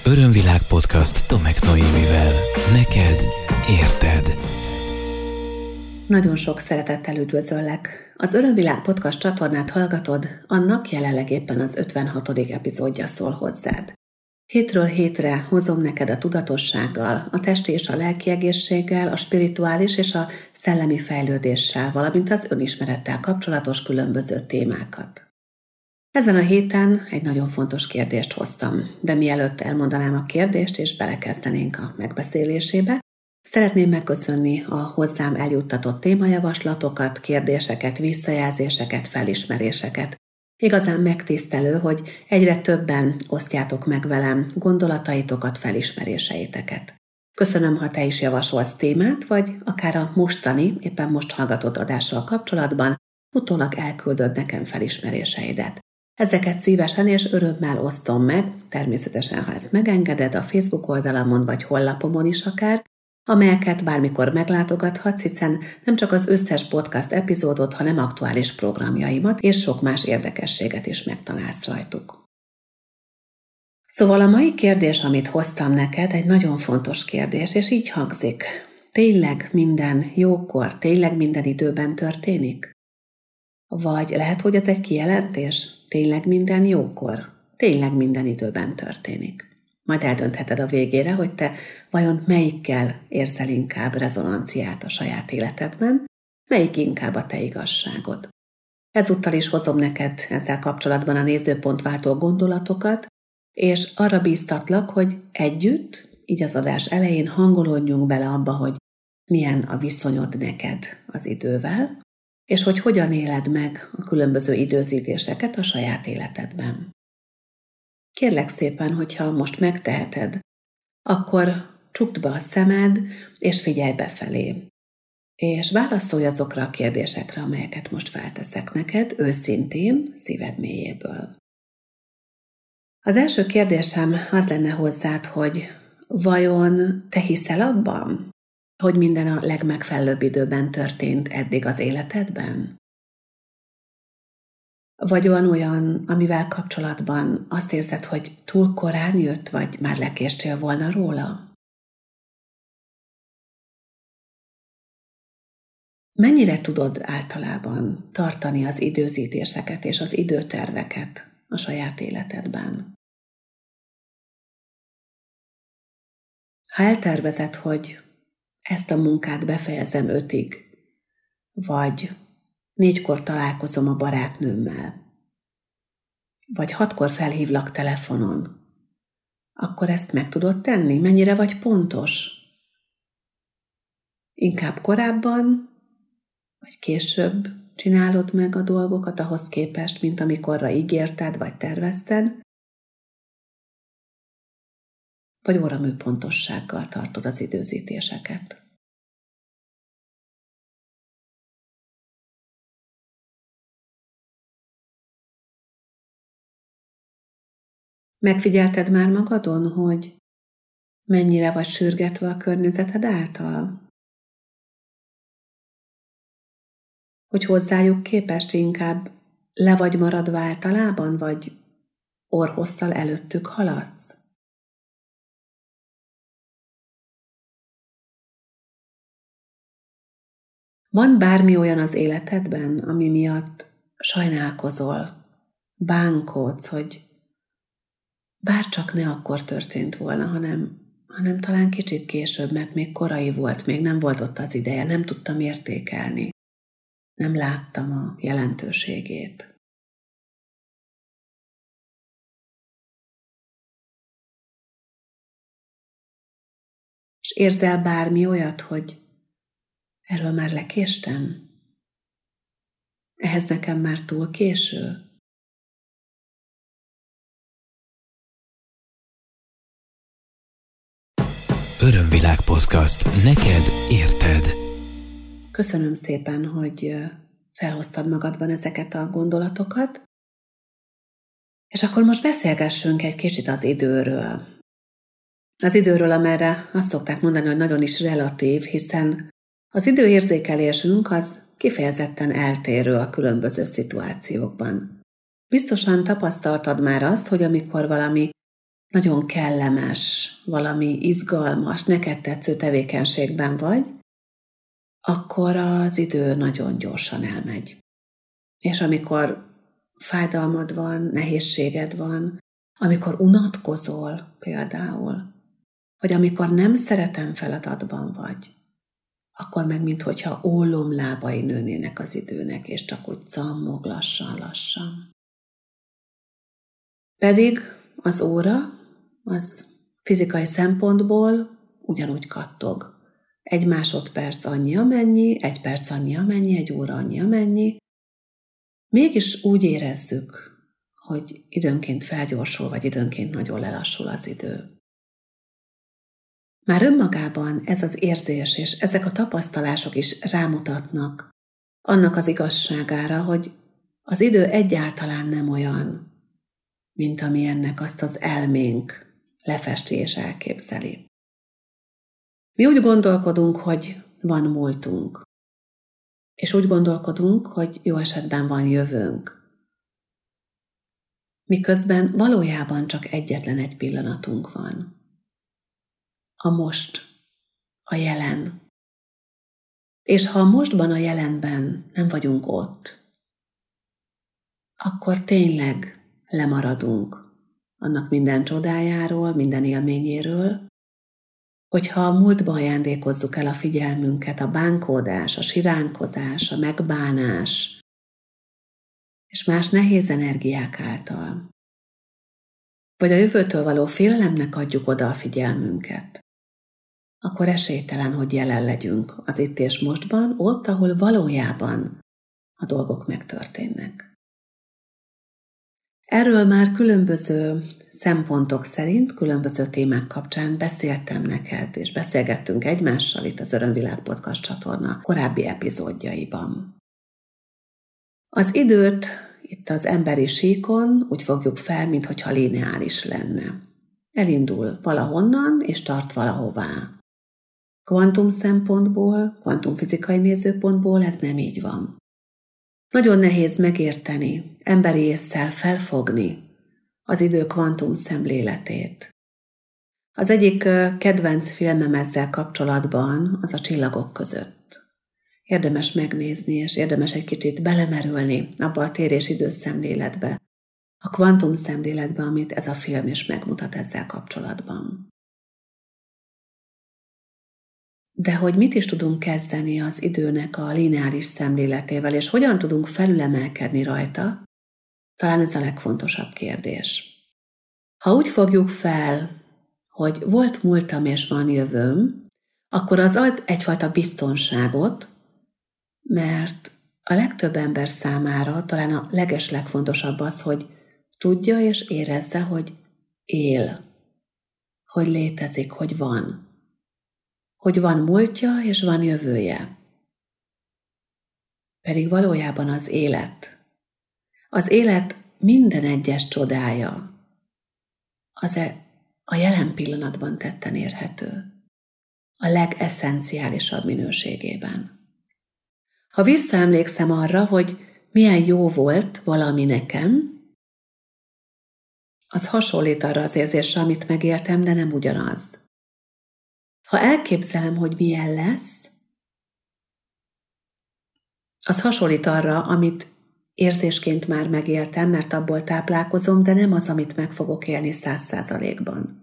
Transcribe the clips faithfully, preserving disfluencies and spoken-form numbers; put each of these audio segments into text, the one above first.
Örömvilág podcast Tomek Noémivel. Neked érted. Nagyon sok szeretettel üdvözöllek. Az Örömvilág podcast csatornát hallgatod, annak jelenleg éppen az ötvenhatodik epizódja szól hozzád. Hétről hétre hozom neked a tudatossággal, a testi és a lelki egészséggel, a spirituális és a szellemi fejlődéssel, valamint az önismerettel kapcsolatos különböző témákat. Ezen a héten egy nagyon fontos kérdést hoztam, de mielőtt elmondanám a kérdést és belekezdenénk a megbeszélésébe, szeretném megköszönni a hozzám eljuttatott témajavaslatokat, kérdéseket, visszajelzéseket, felismeréseket. Igazán megtisztelő, hogy egyre többen osztjátok meg velem gondolataitokat, felismeréseiteket. Köszönöm, ha te is javasolsz témát, vagy akár a mostani, éppen most hallgatott adással kapcsolatban utólag elküldöd nekem felismeréseidet. Ezeket szívesen és örömmel osztom meg, természetesen, ha ezt megengeded, a Facebook oldalamon vagy honlapomon is akár, amelyeket bármikor meglátogathatsz, hiszen nem csak az összes podcast epizódot, hanem aktuális programjaimat és sok más érdekességet is megtalálsz rajtuk. Szóval a mai kérdés, amit hoztam neked, egy nagyon fontos kérdés, és így hangzik. Tényleg minden jókor, tényleg minden időben történik? Vagy lehet, hogy ez egy kijelentés? Tényleg minden jókor, tényleg minden időben történik. Majd eldöntheted a végére, hogy te vajon melyikkel érzel inkább rezonanciát a saját életedben, melyik inkább a te igazságod. Ezúttal is hozom neked ezzel kapcsolatban a nézőpontváltó gondolatokat, és arra bíztatlak, hogy együtt, így az adás elején hangolódjunk bele abba, hogy milyen a viszonyod neked az idővel, és hogy hogyan éled meg a különböző időzítéseket a saját életedben. Kérlek szépen, hogyha most megteheted, akkor csukd be a szemed, és figyelj befelé. És válaszolj azokra a kérdésekre, amelyeket most felteszek neked, őszintén, szíved mélyéből. Az első kérdésem az lenne hozzád, hogy vajon te hiszel abban, hogy minden a legmegfelelőbb időben történt eddig az életedben? Vagy van olyan, amivel kapcsolatban azt érzed, hogy túl korán jött, vagy már lekéstél volna róla? Mennyire tudod általában tartani az időzítéseket és az időterveket a saját életedben? Ha eltervezed, hogy ezt a munkát befejezem ötig, vagy négykor találkozom a barátnőmmel, vagy hatkor felhívlak telefonon, akkor ezt meg tudod tenni? Mennyire vagy pontos? Inkább korábban, vagy később csinálod meg a dolgokat ahhoz képest, mint amikorra ígérted, vagy tervezted, vagy óramű pontossággal tartod az időzítéseket. Megfigyelted már magadon, hogy mennyire vagy sürgetve a környezeted által? Hogy hozzájuk képest inkább le vagy maradva általában, vagy orrhosszal előttük haladsz? Van bármi olyan az életedben, ami miatt sajnálkozol, bánkodsz, hogy bárcsak ne akkor történt volna, hanem, hanem talán kicsit később, mert még korai volt, még nem volt ott az ideje, nem tudtam értékelni, nem láttam a jelentőségét. És érzel bármi olyat, hogy erről már lekéstem? Ehhez nekem már túl késő? Örömvilág podcast. Neked érted. Köszönöm szépen, hogy felhoztad magadban ezeket a gondolatokat. És akkor most beszélgessünk egy kicsit az időről. Az időről, amerre azt szokták mondani, hogy nagyon is relatív, hiszen az időérzékelésünk az kifejezetten eltérő a különböző szituációkban. Biztosan tapasztaltad már azt, hogy amikor valami nagyon kellemes, valami izgalmas, neked tetsző tevékenységben vagy, akkor az idő nagyon gyorsan elmegy. És amikor fájdalmad van, nehézséged van, amikor unatkozol például, vagy amikor nem szeretem feladatban vagy, akkor meg minthogyha ólomlábai nőnének az időnek, és csak úgy cammog lassan-lassan. Pedig az óra, az fizikai szempontból ugyanúgy kattog. Egy másodperc annyi amennyi, egy perc annyi amennyi, egy óra annyi amennyi. Mégis úgy érezzük, hogy időnként felgyorsul, vagy időnként nagyon lelassul az idő. Már önmagában ez az érzés és ezek a tapasztalások is rámutatnak annak az igazságára, hogy az idő egyáltalán nem olyan, mint amilyennek azt az elménk lefesti és elképzeli. Mi úgy gondolkodunk, hogy van múltunk, és úgy gondolkodunk, hogy jó esetben van jövőnk. Miközben valójában csak egyetlen egy pillanatunk van. A most, a jelen. És ha a mostban, a jelenben nem vagyunk ott, akkor tényleg lemaradunk annak minden csodájáról, minden élményéről, hogyha a múltba ajándékozzuk el a figyelmünket, a bánkódás, a siránkozás, a megbánás és más nehéz energiák által, vagy a jövőtől való félelemnek adjuk oda a figyelmünket, akkor esélytelen, hogy jelen legyünk az itt és mostban, ott, ahol valójában a dolgok megtörténnek. Erről már különböző szempontok szerint, különböző témák kapcsán beszéltem neked, és beszélgettünk egymással itt az Örömvilág Podcast csatorna korábbi epizódjaiban. Az időt itt az emberi síkon úgy fogjuk fel, minthogyha lineáris lenne. Elindul valahonnan, és tart valahová. Kvantum szempontból, kvantumfizikai nézőpontból ez nem így van. Nagyon nehéz megérteni, emberi ésszel felfogni az idő kvantum szemléletét. Az egyik kedvenc filmem ezzel kapcsolatban az a Csillagok között. Érdemes megnézni, és érdemes egy kicsit belemerülni abba a tér- és időszemléletbe, a kvantum szemléletbe, amit ez a film is megmutat ezzel kapcsolatban. De hogy mit is tudunk kezdeni az időnek a lineáris szemléletével, és hogyan tudunk felülemelkedni rajta, talán ez a legfontosabb kérdés. Ha úgy fogjuk fel, hogy volt múltam és van jövőm, akkor az ad egyfajta biztonságot, mert a legtöbb ember számára talán a legeslegfontosabb az, hogy tudja és érezze, hogy él, hogy létezik, hogy van. Hogy van múltja és van jövője. Pedig valójában az élet. Az élet minden egyes csodája az e a jelen pillanatban tetten érhető. A legeszenciálisabb minőségében. Ha visszaemlékszem arra, hogy milyen jó volt valami nekem, az hasonlít arra az érzésre, amit megéltem, de nem ugyanaz. Ha elképzelem, hogy milyen lesz, az hasonlít arra, amit érzésként már megéltem, mert abból táplálkozom, de nem az, amit meg fogok élni száz százalékban.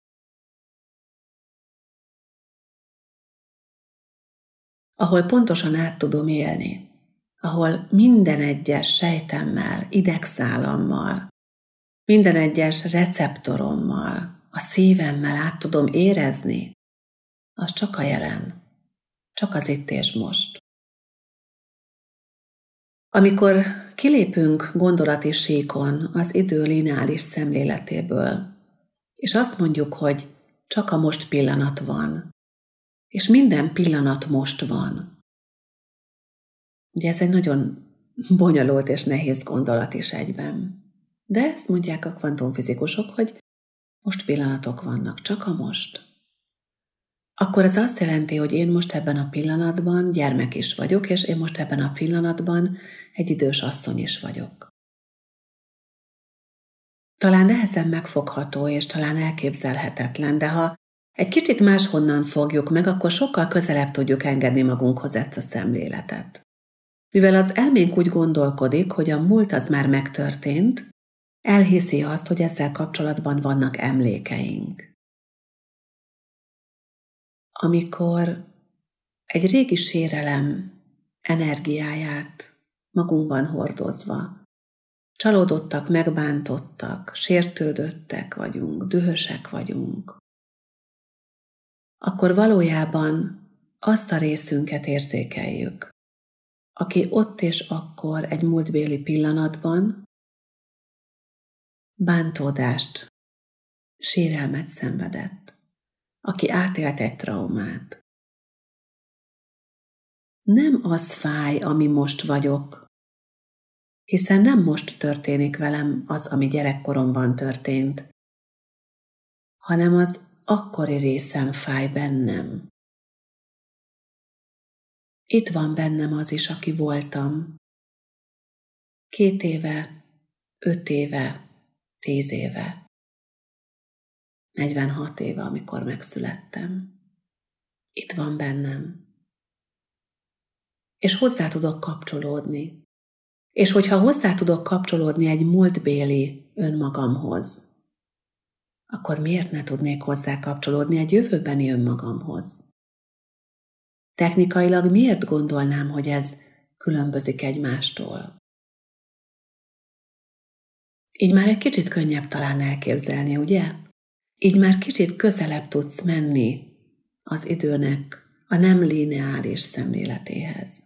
Ahol pontosan át tudom élni, ahol minden egyes sejtemmel, idegszálammal, minden egyes receptorommal, a szívemmel át tudom érezni, az csak a jelen, csak az itt és most. Amikor kilépünk gondolati síkon az idő lineáris szemléletéből, és azt mondjuk, hogy csak a most pillanat van, és minden pillanat most van. Ugye ez egy nagyon bonyolult és nehéz gondolat is egyben. De ezt mondják a kvantumfizikusok, hogy most pillanatok vannak, csak a most. Akkor ez azt jelenti, hogy én most ebben a pillanatban gyermek is vagyok, és én most ebben a pillanatban egy idős asszony is vagyok. talán nehezen megfogható és talán elképzelhetetlen, de ha egy kicsit máshonnan fogjuk meg, akkor sokkal közelebb tudjuk engedni magunkhoz ezt a szemléletet. Mivel az elménk úgy gondolkodik, hogy a múlt az már megtörtént, elhiszi azt, hogy ezzel kapcsolatban vannak emlékeink. Amikor egy régi sérelem energiáját magunkban hordozva, csalódottak, megbántottak, sértődöttek vagyunk, dühösek vagyunk, akkor valójában azt a részünket érzékeljük, aki ott és akkor egy múltbéli pillanatban bántódást, sérelmet szenvedett, aki átélt egy traumát. Nem az fáj, ami most vagyok, hiszen nem most történik velem az, ami gyerekkoromban történt, hanem az akkori részem fáj bennem. Itt van bennem az is, aki voltam. Két éve, öt éve, tíz éve, negyvenhat éve, amikor megszülettem. Itt van bennem. És hozzá tudok kapcsolódni. És hogyha hozzá tudok kapcsolódni egy múltbéli önmagamhoz, akkor miért ne tudnék hozzá kapcsolódni egy jövőbeni önmagamhoz? Technikailag miért gondolnám, hogy ez különbözik egymástól? Így már egy kicsit könnyebb talán elképzelni, ugye? Így már kicsit közelebb tudsz menni az időnek a nem lineáris szemléletéhez.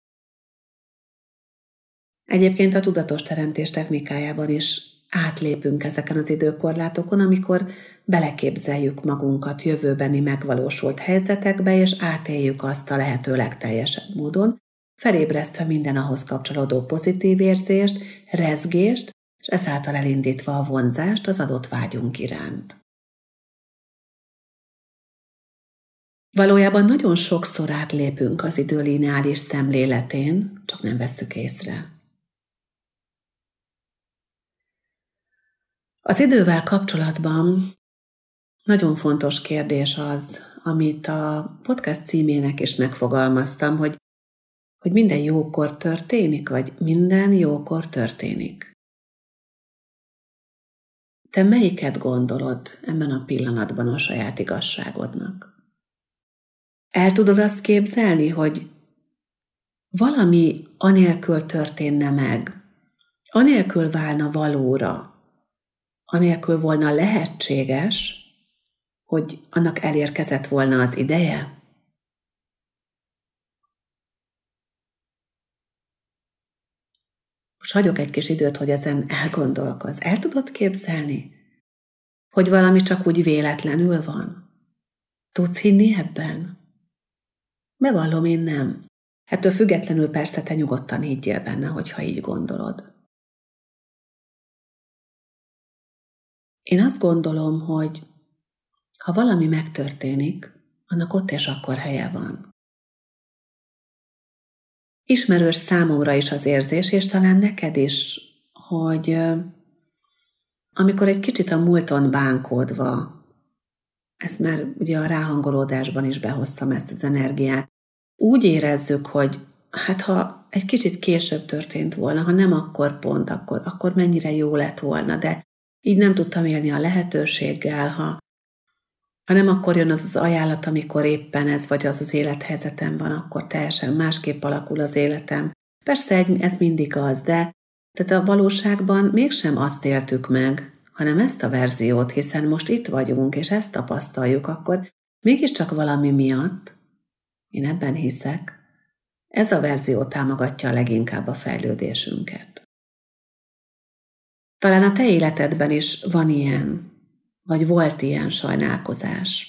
Egyébként a tudatos teremtés technikájában is átlépünk ezeken az időkorlátokon, amikor beleképzeljük magunkat jövőbeni megvalósult helyzetekbe, és átéljük azt a lehető legteljesebb módon, felébresztve minden ahhoz kapcsolódó pozitív érzést, rezgést, és ezáltal elindítva a vonzást az adott vágyunk iránt. Valójában nagyon sokszor átlépünk az idő lineáris szemléletén, csak nem vesszük észre. Az idővel kapcsolatban nagyon fontos kérdés az, amit a podcast címének is megfogalmaztam, hogy, hogy minden jókor történik, vagy minden jókor történik. Te melyiket gondolod ebben a pillanatban a saját igazságodnak? El tudod azt képzelni, hogy valami anélkül történne meg, anélkül válna valóra, anélkül volna lehetséges, hogy annak elérkezett volna az ideje? Most hagyok egy kis időt, hogy ezen elgondolkozz. El tudod képzelni, hogy valami csak úgy véletlenül van? Tudsz hinni ebben? Bevallom, én nem. Ettől függetlenül persze te nyugodtan higgyél benne, hogyha így gondolod. Én azt gondolom, hogy ha valami megtörténik, annak ott és akkor helye van. Ismerős számomra is az érzés, és talán neked is, hogy amikor egy kicsit a múlton bánkódva, ezt már ugye a ráhangolódásban is behoztam ezt az energiát, úgy érezzük, hogy hát ha egy kicsit később történt volna, ha nem akkor pont, akkor, akkor mennyire jó lett volna, de így nem tudtam élni a lehetőséggel, ha, ha nem akkor jön az az ajánlat, amikor éppen ez vagy az az élethelyzetem van, akkor teljesen másképp alakul az életem. Persze ez mindig az, de tehát a valóságban mégsem azt éltük meg, hanem ezt a verziót, hiszen most itt vagyunk, és ezt tapasztaljuk, akkor mégiscsak valami miatt, én ebben hiszek, ez a verzió támogatja a leginkább a fejlődésünket. Talán a te életedben is van ilyen, vagy volt ilyen sajnálkozás.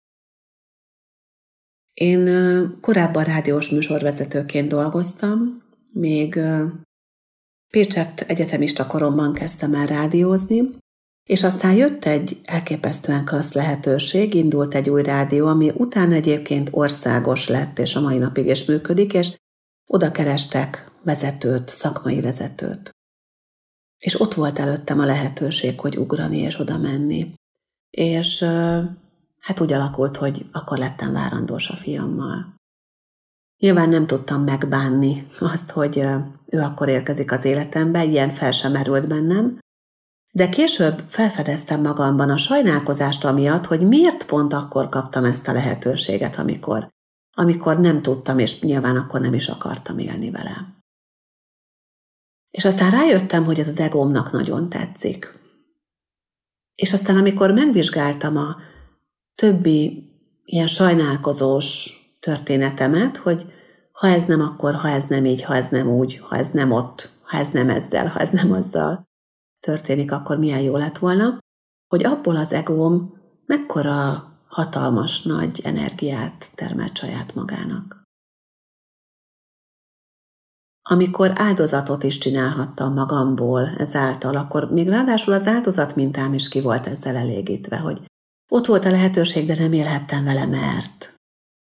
Én korábban rádiós műsorvezetőként dolgoztam, még Pécsett egyetemista koromban kezdtem el rádiózni, és aztán jött egy elképesztően klassz lehetőség, indult egy új rádió, ami utána egyébként országos lett, és a mai napig is működik, és oda kerestek vezetőt, szakmai vezetőt. És ott volt előttem a lehetőség, hogy ugrani és oda menni. És hát úgy alakult, hogy akkor lettem várandós a fiammal. Nyilván nem tudtam megbánni azt, hogy ő akkor érkezik az életembe, ilyen fel sem merült bennem, de később felfedeztem magamban a sajnálkozást amiatt, hogy miért pont akkor kaptam ezt a lehetőséget, amikor, amikor nem tudtam, és nyilván akkor nem is akartam élni vele. És aztán rájöttem, hogy ez az egómnak nagyon tetszik. És aztán, amikor megvizsgáltam a többi ilyen sajnálkozós történetemet, hogy ha ez nem akkor, ha ez nem így, ha ez nem úgy, ha ez nem ott, ha ez nem ezzel, ha ez nem azzal történik, akkor milyen jó lett volna, hogy abból az egóm mekkora hatalmas nagy energiát termelt saját magának. Amikor áldozatot is csinálhattam magamból ezáltal, akkor még ráadásul az áldozat mintám is ki volt ezzel elégítve, hogy ott volt a lehetőség, de nem élhettem vele, mert.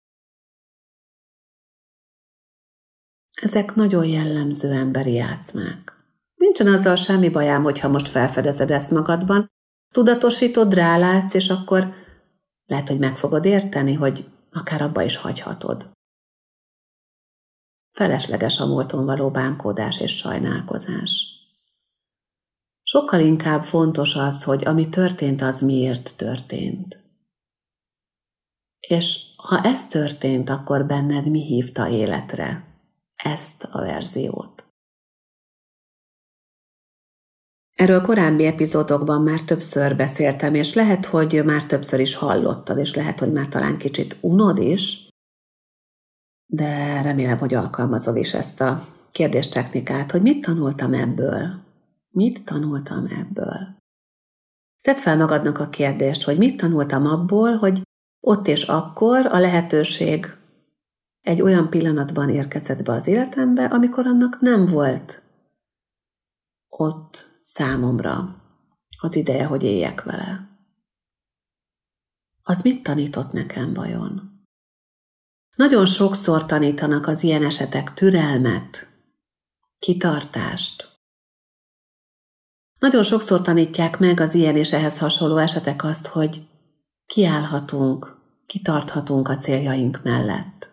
Ezek nagyon jellemző emberi játszmák. Nincsen azzal semmi bajám, hogyha most felfedezed ezt magadban, tudatosítod, rálátsz, és akkor lehet, hogy meg fogod érteni, hogy akár abba is hagyhatod. Felesleges a múlton való bánkódás és sajnálkozás. Sokkal inkább fontos az, hogy ami történt, az miért történt. És ha ez történt, akkor benned mi hívta életre ezt a verziót? Erről korábbi epizódokban már többször beszéltem, és lehet, hogy már többször is hallottad, és lehet, hogy már talán kicsit unod is, de remélem, hogy alkalmazod is ezt a kérdéstechnikát, hogy mit tanultam ebből? Mit tanultam ebből? Tedd fel magadnak a kérdést, hogy mit tanultam abból, hogy ott és akkor a lehetőség egy olyan pillanatban érkezett be az életembe, amikor annak nem volt ott számomra az ideje, hogy éljek vele. Az mit tanított nekem vajon? Nagyon sokszor tanítanak az ilyen esetek türelmet, kitartást. Nagyon sokszor tanítják meg az ilyen és ehhez hasonló esetek azt, hogy kiállhatunk, kitarthatunk a céljaink mellett.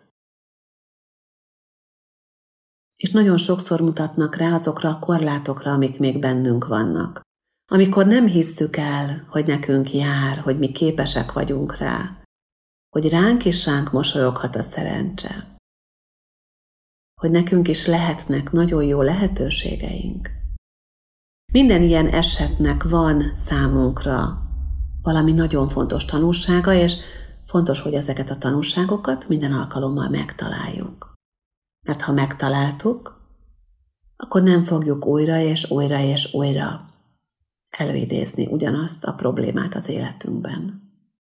És nagyon sokszor mutatnak rá azokra a korlátokra, amik még bennünk vannak. Amikor nem hisszük el, hogy nekünk jár, hogy mi képesek vagyunk rá, hogy ránk is ránk mosolyoghat a szerencse, hogy nekünk is lehetnek nagyon jó lehetőségeink. Minden ilyen esetnek van számunkra valami nagyon fontos tanulsága, és fontos, hogy ezeket a tanulságokat minden alkalommal megtaláljuk. Mert ha megtaláltuk, akkor nem fogjuk újra és újra és újra előidézni ugyanazt a problémát az életünkben.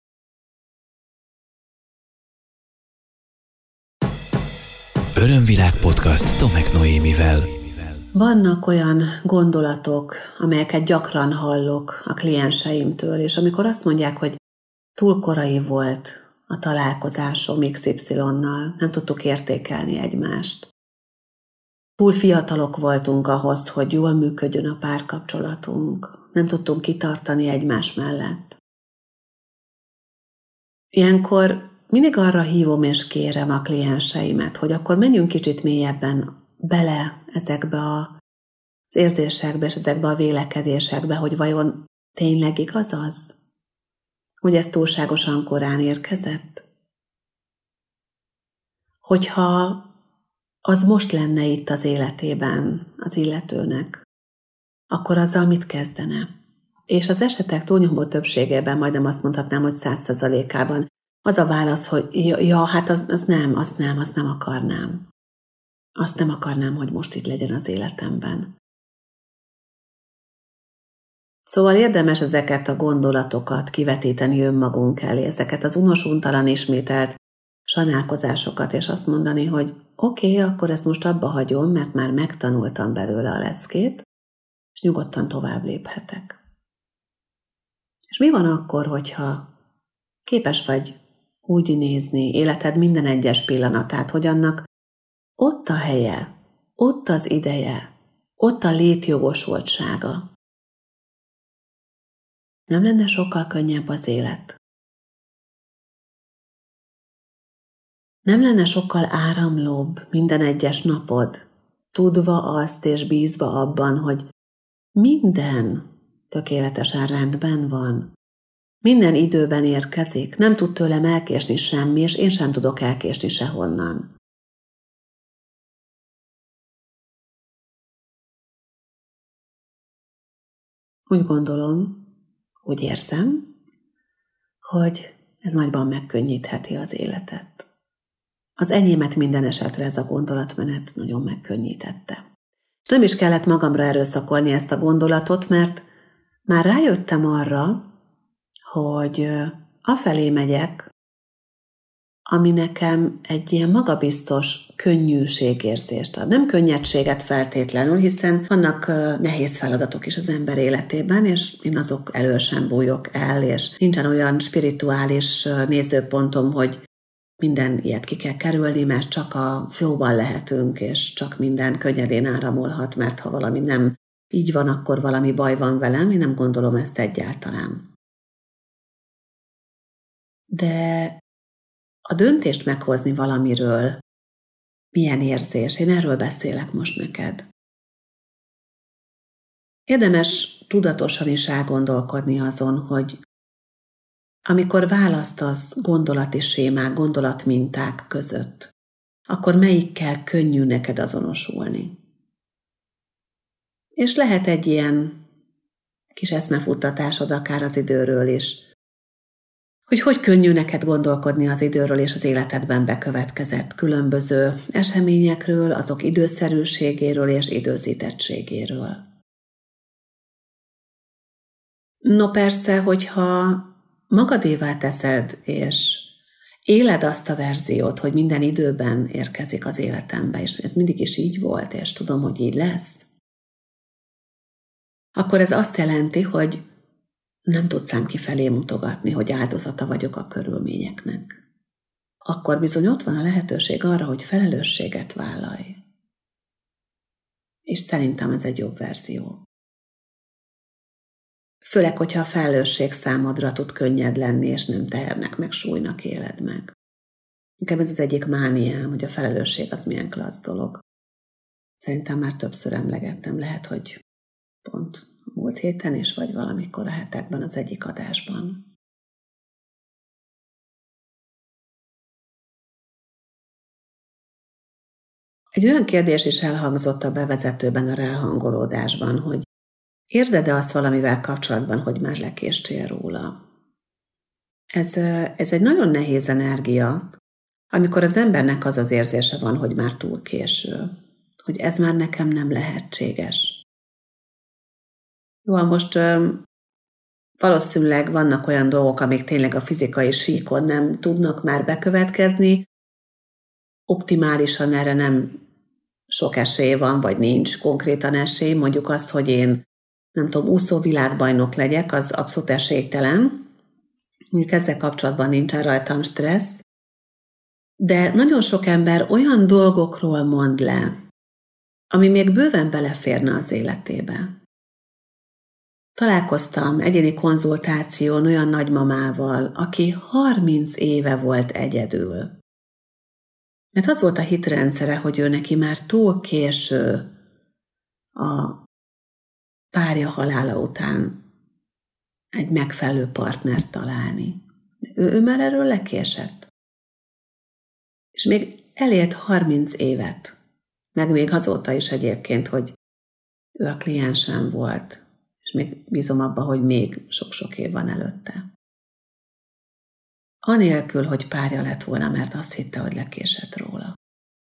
Örömvilág podcast Tomek Noémivel. Vannak olyan gondolatok, amelyeket gyakran hallok a klienseimtől, és amikor azt mondják, hogy túl korai volt a találkozásom iksz ipszilonnal, nem tudtuk értékelni egymást. Túl fiatalok voltunk ahhoz, hogy jól működjön a párkapcsolatunk, nem tudtunk kitartani egymás mellett. Ilyenkor mindig arra hívom és kérem a klienseimet, hogy akkor menjünk kicsit mélyebben bele ezekbe az érzésekbe és ezekbe a vélekedésekbe, hogy vajon tényleg igaz az, hogy ez túlságosan korán érkezett? Hogyha az most lenne itt az életében az illetőnek, akkor azzal mit kezdene? És az esetek túlnyomó többségében, majdnem azt mondhatnám, hogy száz százalékában az a válasz, hogy ja, ja hát az, az nem, azt nem, azt nem akarnám. Azt nem akarnám, hogy most itt legyen az életemben. Szóval érdemes ezeket a gondolatokat kivetíteni önmagunk elé, ezeket az unosuntalan ismételt sajnálkozásokat, és azt mondani, hogy oké, okay, akkor ezt most abba hagyom, mert már megtanultam belőle a leckét, és nyugodtan tovább léphetek. És mi van akkor, hogyha képes vagy úgy nézni életed minden egyes pillanatát, hogy annak ott a helye, ott az ideje, ott a létjogosultsága, Nem lenne sokkal könnyebb az élet? Nem lenne sokkal áramlóbb minden egyes napod, tudva azt és bízva abban, hogy minden tökéletesen rendben van. Minden időben érkezik, nem tud tőlem elkésni semmi, és én sem tudok elkésni sehonnan. Úgy gondolom, úgy érzem, hogy ez nagyban megkönnyítheti az életet. Az enyémet minden esetre ez a gondolatmenet nagyon megkönnyítette. Nem is kellett magamra erőszakolni ezt a gondolatot, mert már rájöttem arra, hogy afelé megyek, ami nekem egy ilyen magabiztos könnyűségérzést ad. Nem könnyedséget feltétlenül, hiszen vannak nehéz feladatok is az ember életében, és én azok elől sem bújok el, és nincsen olyan spirituális nézőpontom, hogy minden ilyet ki kell kerülni, mert csak a flow-ban lehetünk, és csak minden könnyedén áramolhat, mert ha valami nem így van, akkor valami baj van velem. Én nem gondolom ezt egyáltalán. De a döntést meghozni valamiről, milyen érzés? Én erről beszélek most neked. Érdemes tudatosan is elgondolkodni azon, hogy amikor választasz gondolati sémák, gondolatminták között, akkor melyikkel könnyű neked azonosulni. És lehet egy ilyen kis eszmefuttatásod akár az időről is, hogy hogy könnyű neked gondolkodni az időről és az életedben bekövetkezett különböző eseményekről, azok időszerűségéről és időzítettségéről. No persze, hogyha magadévá teszed, és éled azt a verziót, hogy minden időben érkezik az életembe, és ez mindig is így volt, és tudom, hogy így lesz, akkor ez azt jelenti, hogy nem tudsz ám kifelé mutogatni, hogy áldozata vagyok a körülményeknek. Akkor bizony ott van a lehetőség arra, hogy felelősséget vállalj. És szerintem ez egy jobb verzió. Főleg, hogyha a felelősség számodra tud könnyed lenni, és nem tehernek meg, súlynak éled meg. Nekem ez az egyik mániám, hogy a felelősség az milyen klassz dolog. Szerintem már többször emlegettem, lehet, hogy pont múlt héten is, vagy valamikor a hetekben az egyik adásban. Egy olyan kérdés is elhangzott a bevezetőben, a ráhangolódásban, hogy érzed-e azt valamivel kapcsolatban, hogy már lekéstél róla? Ez, ez egy nagyon nehéz energia, amikor az embernek az az érzése van, hogy már túl késő, hogy ez már nekem nem lehetséges. Jó, most valószínűleg vannak olyan dolgok, amik tényleg a fizikai síkon nem tudnak már bekövetkezni. Optimálisan erre nem sok esély van, vagy nincs konkrétan esély. Mondjuk az, hogy én nem tudom, úszó világbajnok legyek, az abszolút esélytelen. Mondjuk ezzel kapcsolatban nincsen rajtam stressz. De nagyon sok ember olyan dolgokról mond le, ami még bőven beleférne az életébe. Találkoztam egyéni konzultáción olyan nagymamával, aki harminc éve volt egyedül. Mert az volt a hitrendszere, hogy ő neki már túl késő a párja halála után egy megfelelő partnert találni. Ő, ő már erről lekésett. És még elélt harminc évet. Meg még azóta is egyébként, hogy ő a kliensem volt. És még bízom abba, hogy még sok-sok év van előtte. Anélkül, hogy párja lett volna, mert azt hitte, hogy lekésett róla.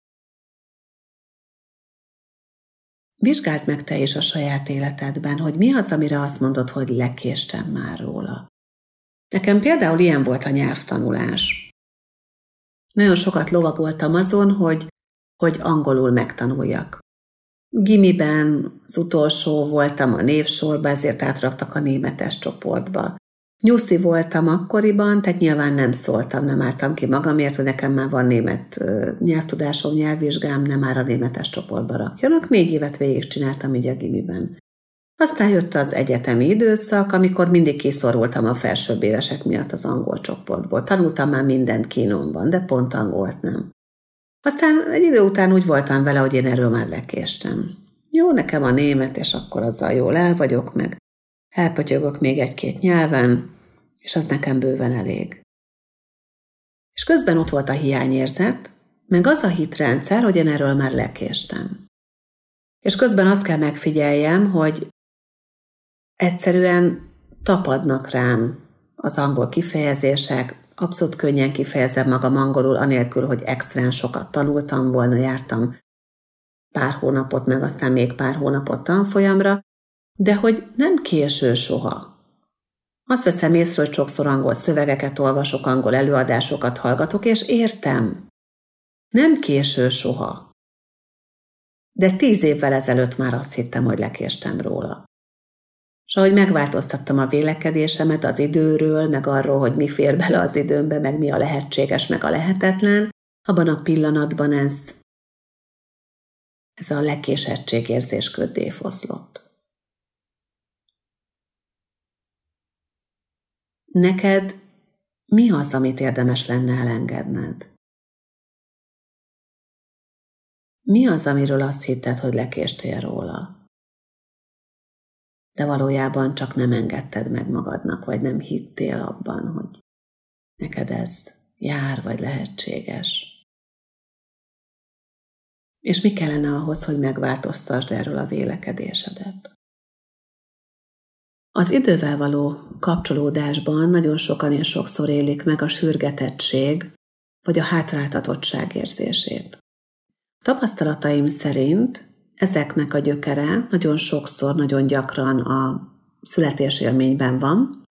Vizsgáld meg te is a saját életedben, hogy mi az, amire azt mondod, hogy lekéstem már róla. Nekem például ilyen volt a nyelvtanulás. Nagyon sokat lovagoltam azon, hogy, hogy angolul megtanuljak. Gimiben az utolsó voltam a névsorba, ezért átraktak a németes csoportba. Nyuszi voltam akkoriban, tehát nyilván nem szóltam, nem álltam ki magamért, hogy nekem már van német nyelvtudásom, nyelvvizsgám, nem már a németes csoportba rakjanak. Négy évet végig csináltam így a gimiben. Aztán jött az egyetemi időszak, amikor mindig kiszorultam a felsőbb évesek miatt az angol csoportból. Tanultam már mindent kínomban, de pont angolt nem. Aztán egy idő után úgy voltam vele, hogy én erről már lekéstem. Jó, nekem a német, és akkor azzal jól el vagyok, meg elpötyögök még egy-két nyelven, és az nekem bőven elég. És közben ott volt a hiányérzet, meg az a hitrendszer, hogy én erről már lekéstem. És közben azt kell megfigyeljem, hogy egyszerűen tapadnak rám az angol kifejezések, abszolút könnyen kifejezem magam angolul, anélkül, hogy extrán sokat tanultam volna, jártam pár hónapot, meg aztán még pár hónapot tanfolyamra, de hogy nem késő soha. Azt veszem észre, hogy sokszor angol szövegeket olvasok, angol előadásokat hallgatok, és értem. Nem késő soha. De tíz évvel ezelőtt már azt hittem, hogy lekéstem róla. És ahogy megváltoztattam a vélekedésemet az időről, meg arról, hogy mi fér bele az időmbe, meg mi a lehetséges, meg a lehetetlen, abban a pillanatban ez, ez a lekésettségérzés köddé foszlott. Neked mi az, amit érdemes lenne elengedned? Mi az, amiről azt hitted, hogy lekéstél róla? De valójában csak nem engedted meg magadnak, vagy nem hittél abban, hogy neked ez jár, vagy lehetséges. És mi kellene ahhoz, hogy megváltoztasd erről a vélekedésedet? Az idővel való kapcsolódásban nagyon sokan és sokszor élik meg a sürgetettség, vagy a hátráltatottság érzését. Tapasztalataim szerint ezeknek a gyökere nagyon sokszor, nagyon gyakran a születésélményben van,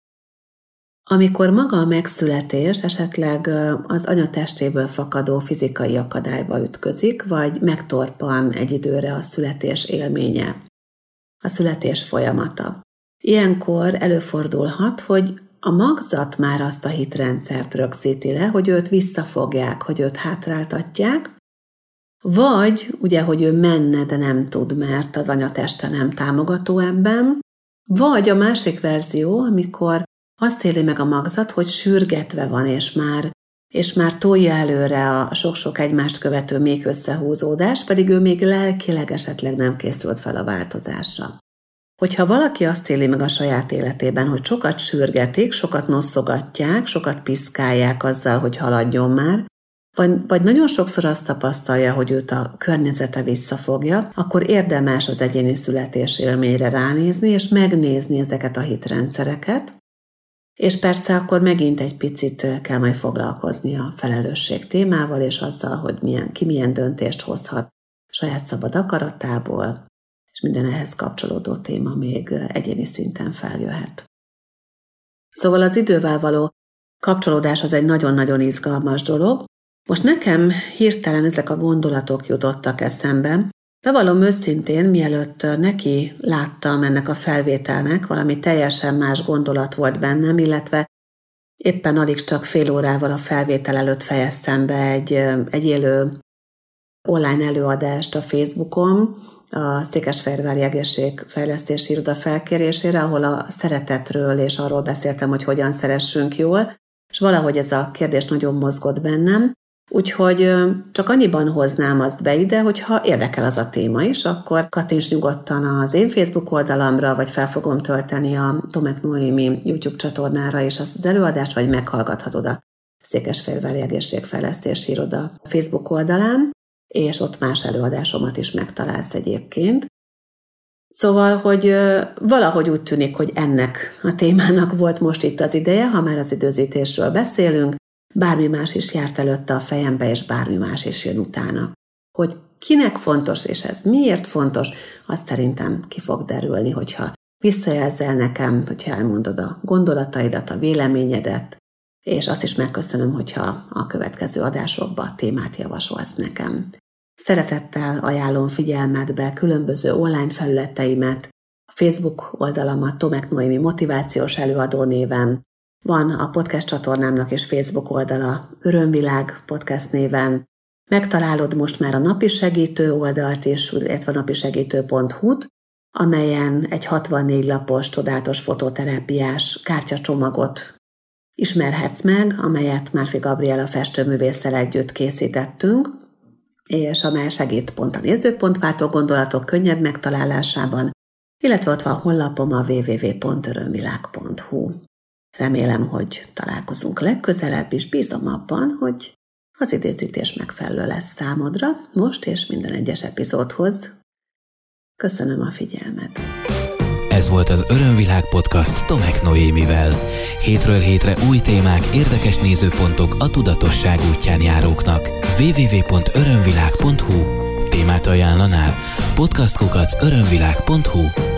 amikor maga a megszületés esetleg az anyatestéből fakadó fizikai akadályba ütközik, vagy megtorpan egy időre a születés élménye, a születés folyamata. Ilyenkor előfordulhat, hogy a magzat már azt a hitrendszert rögzíti le, hogy őt visszafogják, hogy őt hátráltatják, vagy ugye, hogy ő menne, de nem tud, mert az anyateste nem támogató ebben, vagy a másik verzió, amikor azt éli meg a magzat, hogy sürgetve van, és már, és már tolja előre a sok-sok egymást követő még összehúzódás, pedig ő még lelkileg esetleg nem készült fel a változásra. Hogyha valaki azt éli meg a saját életében, hogy sokat sürgetik, sokat noszogatják, sokat piszkálják azzal, hogy haladjon már, vagy, vagy nagyon sokszor azt tapasztalja, hogy őt a környezete visszafogja, akkor érdemes az egyéni születés élményre ránézni, és megnézni ezeket a hitrendszereket, és persze akkor megint egy picit kell majd foglalkozni a felelősség témával, és azzal, hogy milyen, ki milyen döntést hozhat saját szabad akaratából, és minden ehhez kapcsolódó téma még egyéni szinten feljöhet. Szóval az idővel való kapcsolódás az egy nagyon-nagyon izgalmas dolog. Most nekem hirtelen ezek a gondolatok jutottak eszembe. Bevallom őszintén, mielőtt neki láttam ennek a felvételnek, valami teljesen más gondolat volt bennem, illetve éppen alig csak fél órával a felvétel előtt fejeztem be egy, egy élő online előadást a Facebookon, a Székesfehérvári Egészségfejlesztési Iroda felkérésére, ahol a szeretetről és arról beszéltem, hogy hogyan szeressünk jól, és valahogy ez a kérdés nagyon mozgott bennem, úgyhogy csak annyiban hoznám azt be ide, hogyha érdekel az a téma is, akkor kattints nyugodtan az én Facebook oldalamra, vagy fel fogom tölteni a Tomek Noémi YouTube csatornára is azt az előadást, vagy meghallgathatod a Székesfehérvári Egészségfejlesztési Iroda Facebook oldalán, és ott más előadásomat is megtalálsz egyébként. Szóval, hogy valahogy úgy tűnik, hogy ennek a témának volt most itt az ideje, ha már az időzítésről beszélünk, bármi más is járt előtte a fejembe, és bármi más is jön utána. Hogy kinek fontos, és ez miért fontos, azt szerintem ki fog derülni, hogyha visszajelzel nekem, hogyha elmondod a gondolataidat, a véleményedet, és azt is megköszönöm, hogyha a következő adásokba témát javasolsz nekem. Szeretettel ajánlom figyelmetbe különböző online felületeimet, a Facebook oldalamat Tomek Noémi motivációs előadó néven, van a podcast csatornámnak és Facebook oldala Örömvilág podcast néven, megtalálod most már a napi segítő oldalt is, illetve napisegítő pont hu-t, amelyen egy hatvannégy lapos, csodálatos fototerápiás kártyacsomagot ismerhetsz meg, amelyet Márfi Gabriella festőművésszel együtt készítettünk, és amely segít pont a nézőpontváltó gondolatok könnyed megtalálásában, illetve ott van a honlapom a double-u double-u double-u pont örömvilág pont hu. Remélem, hogy találkozunk legközelebb, és bízom abban, hogy az időzítés megfelelő lesz számodra, most és minden egyes epizódhoz. Köszönöm a figyelmet! Ez volt az Örömvilág Podcast Tomek Noémivel. Hétről hétre új témák, érdekes nézőpontok a tudatosság útján járóknak. double-u double-u double-u pont örömvilág pont hu. Témát ajánlanál? podcast kukac örömvilág pont hu.